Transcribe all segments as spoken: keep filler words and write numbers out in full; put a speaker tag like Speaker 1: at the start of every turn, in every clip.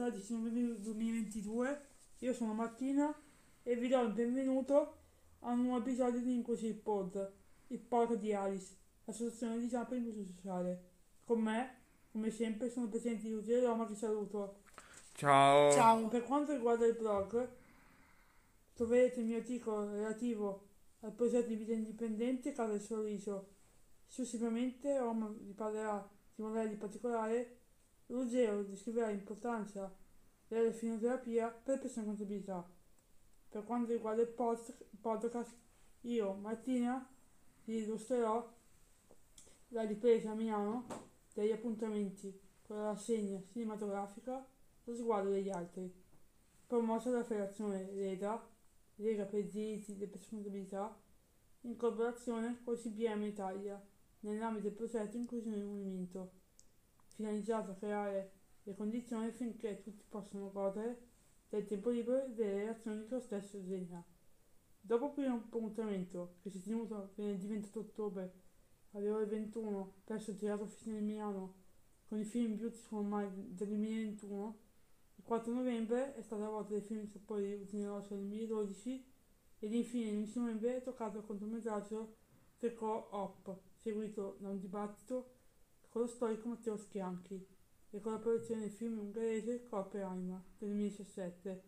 Speaker 1: tredici novembre duemilaventidue. Io sono Martina e vi do il benvenuto a un nuovo episodio di Inclusive Pod, il podcast di Alice, l'associazione di Giampa Inclusione Sociale. Con me, come sempre, sono presenti Lucia e Roma, che saluto.
Speaker 2: Ciao.
Speaker 1: Ciao. Per quanto riguarda il blog, troverete il mio articolo relativo al progetto di vita indipendente Casa del Sorriso. Successivamente Roma vi parlerà di modelli particolari. Ruggero descriverà l'importanza della finoterapia per persone con disabilità. Per quanto riguarda il post- podcast, io, Martina, vi illustrerò la ripresa a Milano degli appuntamenti con la rassegna cinematografica Lo sguardo degli altri, promossa dalla Federazione Lega, Lega per i diritti delle persone con disabilità, in collaborazione con C B M Italia, nell'ambito del progetto Inclusione del Movimento, finalizzato a creare le condizioni affinché tutti possano godere del tempo libero e delle relazioni che lo stesso genera. Dopo il primo appuntamento, che si è tenuto venerdì ventotto ottobre alle ore ventuno presso il Teatro Officina di Milano con il film Beautiful Mind del duemilaventuno, il quattro novembre è stata volta del film Sapore di Usine Rossa del duemiladodici ed infine l'undici novembre è toccato il cortometraggio The Co-op, seguito da un dibattito con lo storico Matteo Schianchi e con la produzione del film ungherese Corpo e Anima del duemiladiciassette.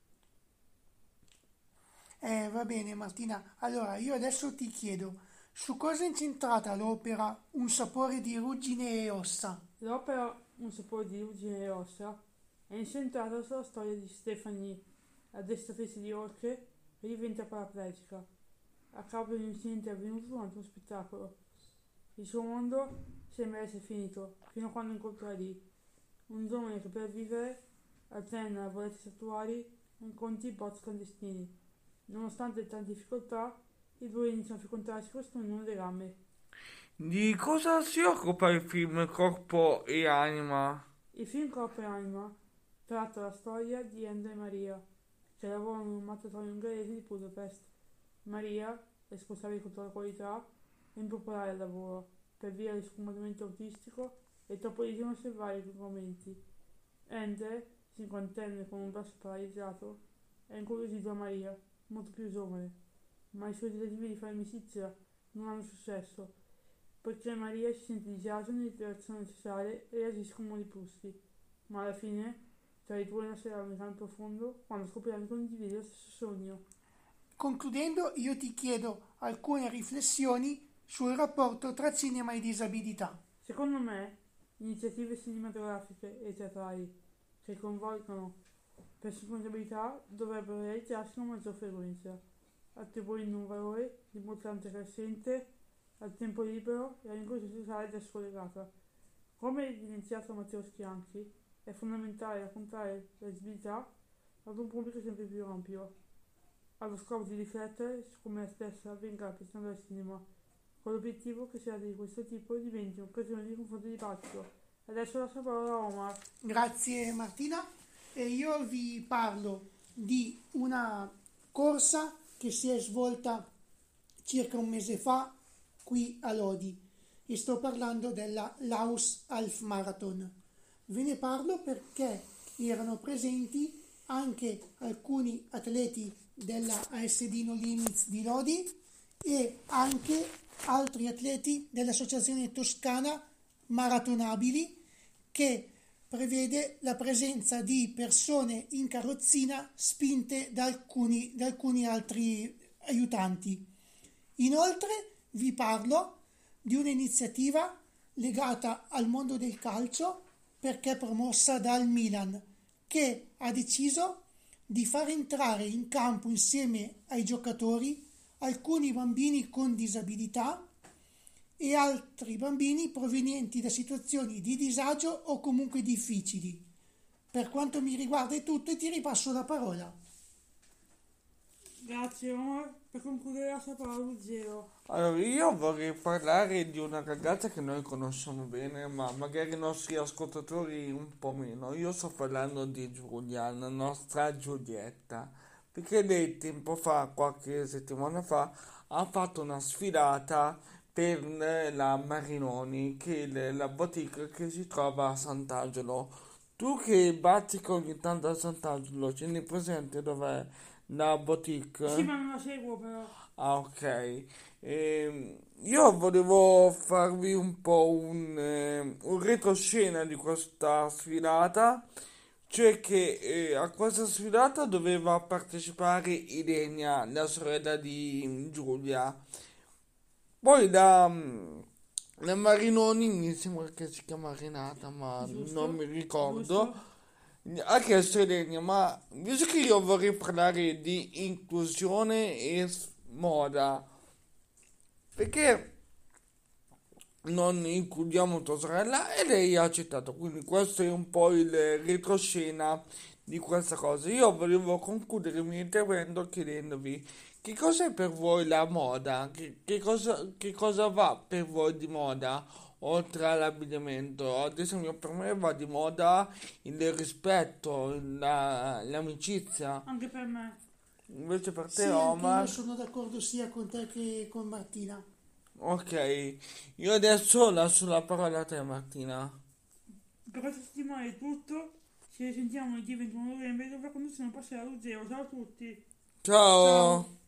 Speaker 3: Eh, va bene Martina, allora io adesso ti chiedo, su cosa è incentrata l'opera Un sapore di ruggine e ossa?
Speaker 1: L'opera Un sapore di ruggine e ossa è incentrata sulla storia di Stephanie, addestratrice di orche che diventa paraplegica a causa di un incidente avvenuto durante uno spettacolo. Il suo mondo sembra essere finito, fino a quando incontra Lee, un giovane che per vivere alterna lavoretti statuari e incontri bots clandestini. Nonostante tante difficoltà, i due iniziano a frequentarsi costruendo un legame.
Speaker 2: Di cosa si occupa il film Corpo e Anima?
Speaker 1: Il film Corpo e Anima tratta la storia di Enda e Maria, che lavorano in un mattatoio ungherese di Budapest. Maria, responsabile di controllo qualità, è impopolare al lavoro per via del sfumatamento autistico e troppo di osservare i commenti. Ende, cinquantenne con un braccio paralizzato, è incuriosito da Maria, molto più giovane, ma i suoi tentativi di fare amicizia non hanno successo, poiché Maria si sente disagio nell'interazione sociale e reagisce con modi bruschi, ma alla fine tra i due nascerà un legame profondo quando scopriranno di condividere lo stesso sogno.
Speaker 3: Concludendo, io ti chiedo alcune riflessioni sul rapporto tra cinema e disabilità.
Speaker 1: Secondo me, iniziative cinematografiche e teatrali che coinvolgono persone con disabilità dovrebbero realizzarsi con maggior frequenza, attribuendo un valore l'importanza che assente al tempo libero e all'inclusione sociale del scollegata. Come evidenziato da Matteo Schianchi, è fondamentale raccontare la disabilità ad un pubblico sempre più ampio, allo scopo di riflettere su come la stessa venga rappresentata al cinema, con l'obiettivo che serate di questo tipo diventi un'occasione di confronto e dibattito. Adesso lascio la parola a Omar.
Speaker 3: Grazie Martina, e io vi parlo di una corsa che si è svolta circa un mese fa qui a Lodi e sto parlando della Laus Half Marathon. Ve ne parlo perché erano presenti anche alcuni atleti della A S D No Limits di Lodi e anche altri atleti dell'Associazione Toscana Maratonabili, che prevede la presenza di persone in carrozzina spinte da alcuni, da alcuni altri aiutanti. Inoltre vi parlo di un'iniziativa legata al mondo del calcio perché promossa dal Milan, che ha deciso di far entrare in campo insieme ai giocatori alcuni bambini con disabilità e altri bambini provenienti da situazioni di disagio o comunque difficili. Per quanto mi riguarda è tutto e ti ripasso la parola.
Speaker 1: Grazie Omar, per concludere la sua parola Ruggero.
Speaker 2: Allora, io vorrei parlare di una ragazza che noi conosciamo bene, ma magari i nostri ascoltatori un po' meno. Io sto parlando di Giulia, la nostra Giulietta, perché lei tempo fa, qualche settimana fa, ha fatto una sfilata per la Marinoni, che è la boutique che si trova a Sant'Angelo, tu che bazzica ogni tanto a Sant'Angelo, tieni presente dov'è la boutique?
Speaker 1: Sì, ma non la seguo però.
Speaker 2: Ah, ok. Ehm, io volevo farvi un po' un, eh, un retroscena di questa sfilata, cioè che eh, a questa sfilata doveva partecipare Ilenia, la sorella di Giulia. Poi la, la Marinoni, mi sembra che si chiama Renata, ma non mi
Speaker 1: Giusto?
Speaker 2: ricordo,
Speaker 1: Giusto?
Speaker 2: ha chiesto a Ilenia, ma visto che io vorrei parlare di inclusione e s- moda, perché non includiamo tua sorella? E lei ha accettato, quindi questo è un po' il retroscena di questa cosa. Io volevo concludere il mio intervento chiedendovi che cos'è per voi la moda? Che, che cosa, che cosa va per voi di moda oltre all'abbigliamento? Ad esempio, per me va di moda il rispetto, la- l'amicizia.
Speaker 1: Anche per me.
Speaker 2: Invece per te,
Speaker 3: Sì, anche io
Speaker 2: Omar?
Speaker 3: sono d'accordo sia con te che con Martina.
Speaker 2: Ok, io adesso lascio la parola a te, Martina.
Speaker 1: Per questa settimana è tutto. Ci risentiamo il ventuno novembre dove la conduzione passerà allo zero. Ciao a tutti.
Speaker 3: Ciao.
Speaker 2: Ciao!